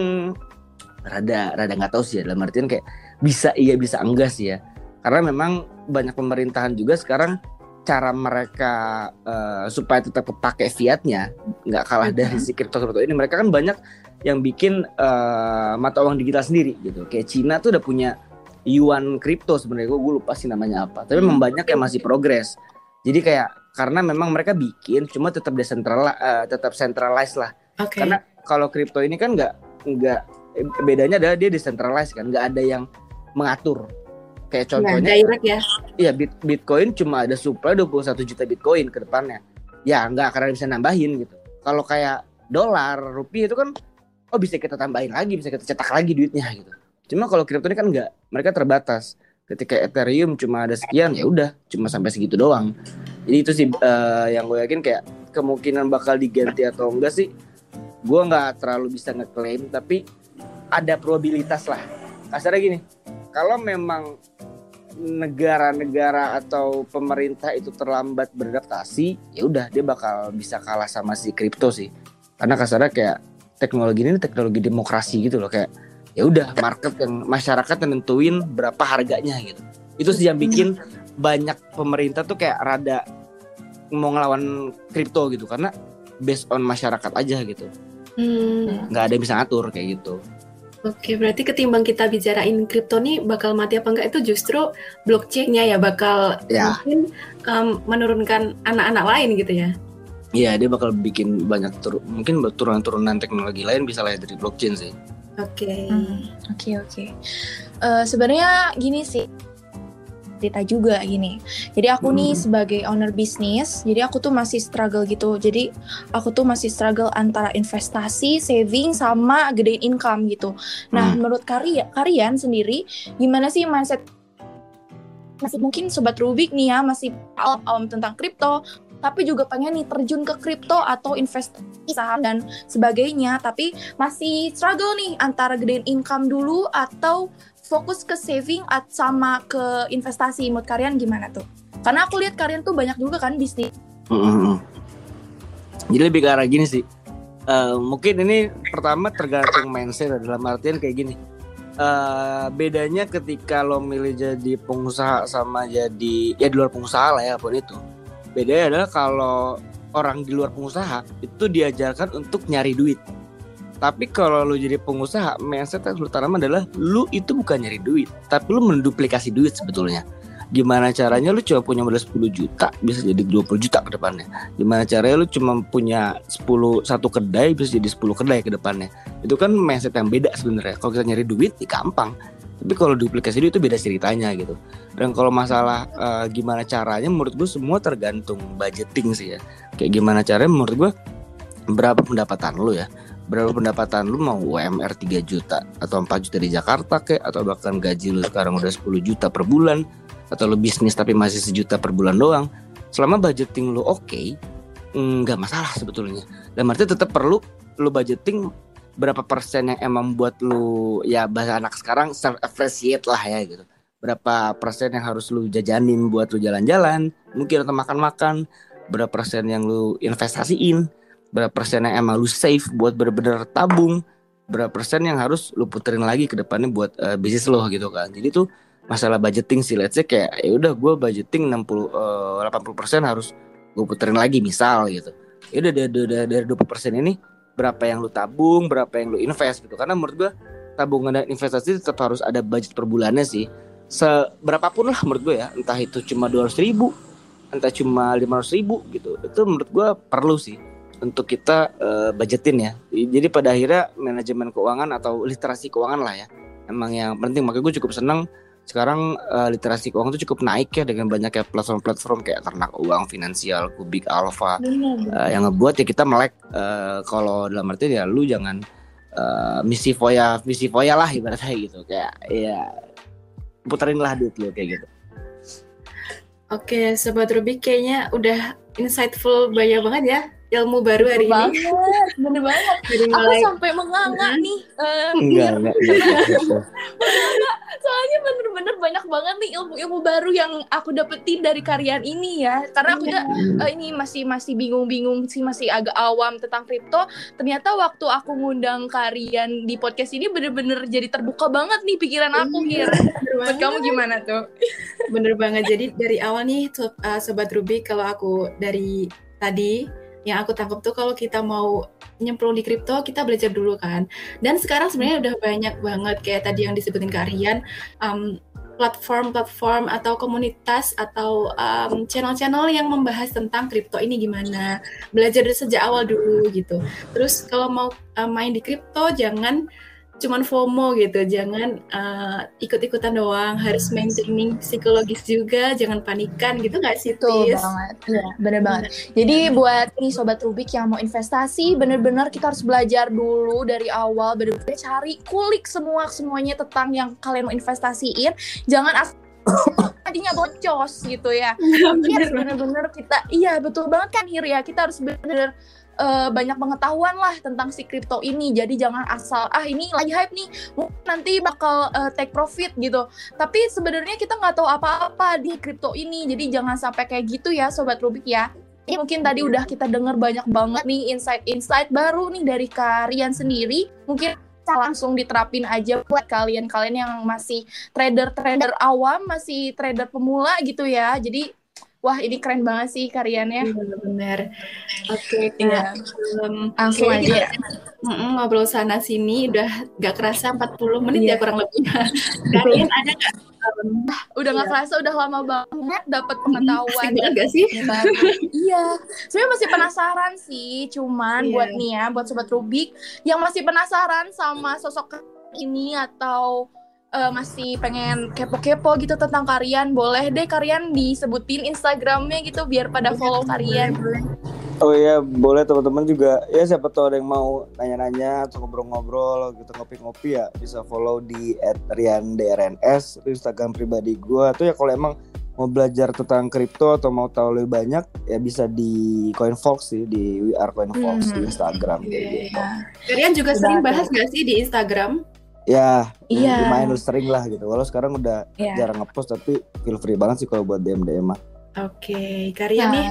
rada nggak tahu sih ya, dalam artian kayak bisa iya bisa enggak sih ya. Karena memang banyak pemerintahan juga sekarang cara mereka supaya tetap kepake fiatnya nggak kalah dari si kripto ini. Mereka kan banyak yang bikin mata uang digital sendiri gitu. Kayak Cina tuh udah punya yuan kripto sebenarnya, gue lupa sih namanya apa. Tapi memang banyak yang masih progres. Jadi kayak karena memang mereka bikin cuma tetap tetap centralized lah. Karena kalau kripto ini kan nggak bedanya adalah dia decentralized kan, nggak ada yang mengatur. Kayak contohnya direct ya. Iya, Bitcoin cuma ada supply 21 juta Bitcoin ke depannya. Ya nggak akan bisa nambahin gitu. Kalau kayak dolar, rupiah itu kan bisa kita tambahin lagi, bisa kita cetak lagi duitnya gitu. Cuma kalau kripto ini kan nggak, mereka terbatas. Ketika Ethereum cuma ada sekian, ya udah cuma sampai segitu doang. Jadi itu sih yang gue yakin kayak kemungkinan bakal diganti atau enggak sih, gue nggak terlalu bisa ngeklaim, tapi ada probabilitas lah. Kasarnya gini, kalau memang negara-negara atau pemerintah itu terlambat beradaptasi, ya udah dia bakal bisa kalah sama si kripto sih. Karena kasarnya kayak teknologi ini teknologi demokrasi gitu loh, kayak ya udah market yang masyarakat yang nentuin berapa harganya gitu. Itu sih yang bikin banyak pemerintah tuh kayak rada mau ngelawan kripto gitu, karena based on masyarakat aja gitu. Nggak ada yang bisa ngatur kayak gitu. Oke, berarti ketimbang kita bicarain kripto nih bakal mati apa enggak, itu justru blockchain-nya ya bakal mungkin menurunkan anak-anak lain gitu ya. Iya, dia bakal bikin banyak mungkin turunan-turunan teknologi lain bisa lahir dari blockchain sih. Oke. Sebenarnya gini sih, cerita juga gini. Jadi aku nih sebagai owner bisnis, jadi aku tuh masih struggle gitu. Jadi aku tuh masih struggle antara investasi, saving, sama gedein income gitu. Nah, menurut kalian sendiri, gimana sih mindset? Masih mungkin Sobat Rubik nih ya, masih awam tentang kripto, tapi juga pengen nih terjun ke kripto atau investasi saham dan sebagainya, tapi masih struggle nih antara gedein income dulu atau fokus ke saving sama ke investasi. Menurut kalian gimana tuh? Karena aku lihat kalian tuh banyak juga kan bisnis. Jadi lebih ke arah gini sih. Mungkin ini pertama tergantung mindset, dalam artian kayak gini. Bedanya ketika lo milih jadi pengusaha sama jadi ya di luar pengusaha lah ya, apapun itu. Bedanya adalah kalau orang di luar pengusaha itu diajarkan untuk nyari duit. Tapi kalau lu jadi pengusaha, mindset yang lu tanam adalah lu itu bukan nyari duit, tapi lu menduplikasi duit sebetulnya. Gimana caranya lu cuma punya modal 10 juta bisa jadi 20 juta ke depannya. Gimana caranya lu cuma punya satu kedai bisa jadi 10 kedai ke depannya. Itu kan mindset yang beda sebenarnya. Kalau kita nyari duit ya gampang. Tapi kalau duplikasi duit itu beda ceritanya gitu. Dan kalau masalah gimana caranya, menurut gue semua tergantung budgeting sih ya. Kayak gimana caranya menurut gue, berapa pendapatan lu ya. Berapa pendapatan lu, mau UMR 3 juta atau 4 juta di Jakarta kayak, atau bahkan gaji lu sekarang udah 10 juta per bulan, atau lu bisnis tapi masih 1 juta per bulan doang. Selama budgeting lu oke, nggak masalah sebetulnya. Dan artinya tetap perlu lu budgeting berapa persen yang emang buat lu, ya bahasa anak sekarang self-appreciate lah ya gitu. Berapa persen yang harus lu jajanin buat lu jalan-jalan, mungkin atau makan-makan. berapa persen yang lu investasiin, berapa persen yang emang lu save buat bener-bener tabung, berapa persen yang harus lu puterin lagi ke depannya buat bisnis lo gitu kan. Jadi tuh masalah budgeting sih, let's say kayak ya udah gue budgeting 80% harus gue puterin lagi misal gitu. Ya udah dari 20% ini berapa yang lu tabung, berapa yang lu invest gitu. Karena menurut gue tabungan dan investasi tetap harus ada budget per bulannya sih. Seberapapun lah menurut gue ya, entah itu cuma 200.000, entah cuma 500.000 gitu. Itu menurut gue perlu sih untuk kita budgetin ya. Jadi pada akhirnya manajemen keuangan atau literasi keuangan lah ya, emang yang penting. Makanya gue cukup seneng sekarang literasi keuangan itu cukup naik ya, dengan banyaknya platform-platform kayak Ternak Uang, Finansial, Kubik, Alfa, yang ngebuat ya kita melek. Kalau dalam arti ya lu jangan misi foya lah ibaratnya gitu, kayak ya puterin lah duit lu kayak gitu. Oke, Sobat Rubik kayaknya udah insightful banyak banget ya ilmu baru hari ini. Bener banget. Aku sampai menganga nih. Enggak. Soalnya bener-bener banyak banget nih ilmu-ilmu baru yang aku dapetin dari karyan ini ya. Karena aku ini masih bingung-bingung sih, masih agak awam tentang kripto. Ternyata waktu aku ngundang karyan di podcast ini bener-bener jadi terbuka banget nih pikiran aku, Hir. Buat kamu gimana tuh? Bener banget. Jadi dari awal nih Sobat Rubik, kalau aku dari tadi yang aku tangkap tuh, kalau kita mau nyemplung di kripto, kita belajar dulu kan. Dan sekarang sebenarnya udah banyak banget kayak tadi yang disebutin Karyan, platform-platform atau komunitas atau channel-channel yang membahas tentang kripto ini gimana. Belajar dari sejak awal dulu gitu. Terus kalau mau main di kripto, jangan cuman FOMO gitu, jangan ikut-ikutan doang, harus maintaining psikologis juga, jangan panikan gitu nggak sih, Tis? Betul banget, ya, bener banget. Jadi buat nih Sobat Rubik yang mau investasi, bener-bener kita harus belajar dulu dari awal, bener-bener cari, kulik semuanya tentang yang kalian mau investasiin, jangan tadinya bocos gitu ya. Bener-bener kita, iya betul banget kan Hir ya, kita harus bener-bener banyak pengetahuan lah tentang si kripto ini. Jadi jangan asal ini lagi hype nih, nanti bakal take profit gitu. Tapi sebenarnya kita nggak tahu apa-apa di kripto ini. Jadi jangan sampai kayak gitu ya Sobat Rubik ya. Ini mungkin tadi udah kita dengar banyak banget nih insight baru nih dari Karyan sendiri. Mungkin langsung diterapin aja buat kalian-kalian yang masih trader awam, masih trader pemula gitu ya. Jadi wah, ini keren banget sih karyannya. Benar. Oke, ya. Langsung aja. Ngobrol sana sini udah gak kerasa 40 menit ya kurang lebih. Karyan ada nggak? Udah nggak kerasa, udah lama banget dapat pengetahuan. Asik banget gak sih? Iya. Sebenarnya masih penasaran sih. Cuman buat nih ya, buat Sobat Rubik yang masih penasaran sama sosok ini atau masih pengen kepo-kepo gitu tentang Karyan, boleh deh Karyan disebutin Instagramnya gitu biar pada follow Karyan. Oh iya, boleh teman-teman juga ya, siapa tahu ada yang mau nanya-nanya atau ngobrol-ngobrol gitu, ngopi-ngopi ya, bisa follow di @riandrns, itu Instagram pribadi gue. Atau ya kalau emang mau belajar tentang kripto atau mau tahu lebih banyak ya bisa di CoinFox sih, di We Are CoinFox di Instagram gitu. Karyan juga sering bahas gak sih di Instagram? Ya, lumayan sering lah gitu. Walau sekarang udah jarang ngepost, tapi feel free banget sih kalau buat DM mah. Oke, Karyan nih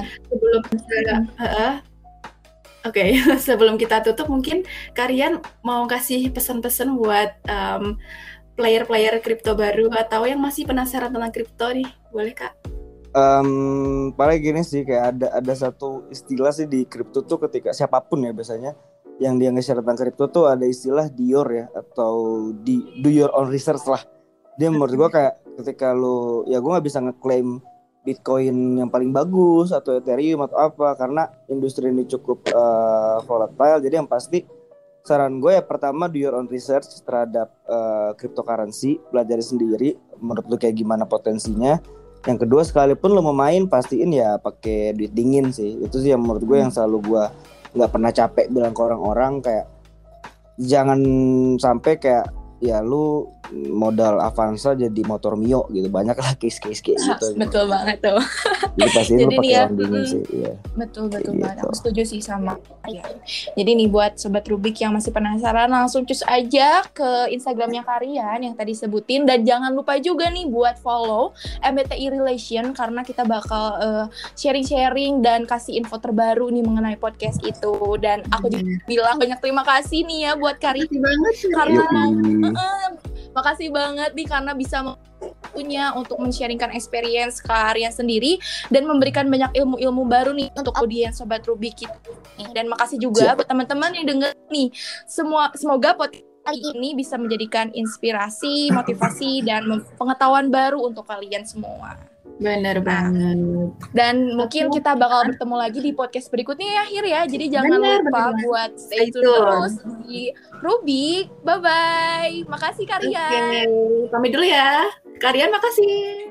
sebelum kita tutup, mungkin Karyan mau kasih pesan-pesan buat player-player kripto baru atau yang masih penasaran tentang kripto nih, boleh Kak? Paling gini sih, kayak ada satu istilah sih di kripto tuh, ketika siapapun ya biasanya yang dia nge-share tentang kripto tuh ada istilah Dior ya, atau do your own research lah. Dia menurut gue kayak ketika lo, ya gue nggak bisa ngeklaim Bitcoin yang paling bagus atau Ethereum atau apa, karena industri ini cukup volatile. Jadi yang pasti saran gue ya, pertama do your own research terhadap cryptocurrency, pelajari sendiri menurut lo kayak gimana potensinya. Yang kedua, sekalipun lo mau main, pastiin ya pakai duit dingin sih. Itu sih yang menurut gue yang selalu gue nggak pernah capek bilang ke orang-orang, kayak jangan sampai kayak ya lu modal Avanza jadi motor Mio gitu. Banyak lah case-case kayak gitu. Betul banget tuh. Jadi pasti lu Jadi pakai nih ya, uang dingin sih. Iya. Betul Kayak banget. gitu. Aku setuju sih sama. Ya. Jadi nih buat sobat Rubik yang masih penasaran, langsung cus aja ke Instagramnya Karian yang tadi sebutin, dan jangan lupa juga nih buat follow MBTI Relation karena kita bakal sharing-sharing dan kasih info terbaru nih mengenai podcast itu. Dan aku juga bilang banyak terima kasih nih ya buat Karian Makasih banget karena Yoi. makasih banget nih karena bisa punya untuk men-sharingkan experience Karian sendiri dan memberikan banyak ilmu-ilmu baru nih untuk audiens sobat Rubik kita. Dan makasih juga buat teman-teman yang denger nih. Semoga podcast ini bisa menjadikan inspirasi, motivasi dan pengetahuan baru untuk kalian semua. Bener banget. Dan mungkin kita bakal bertemu lagi di podcast berikutnya ya, Hir ya. Jadi jangan lupa buat stay tune terus di Rubik. Bye-bye. Makasih Karian. Oke, pamit dulu ya. Karian makasih.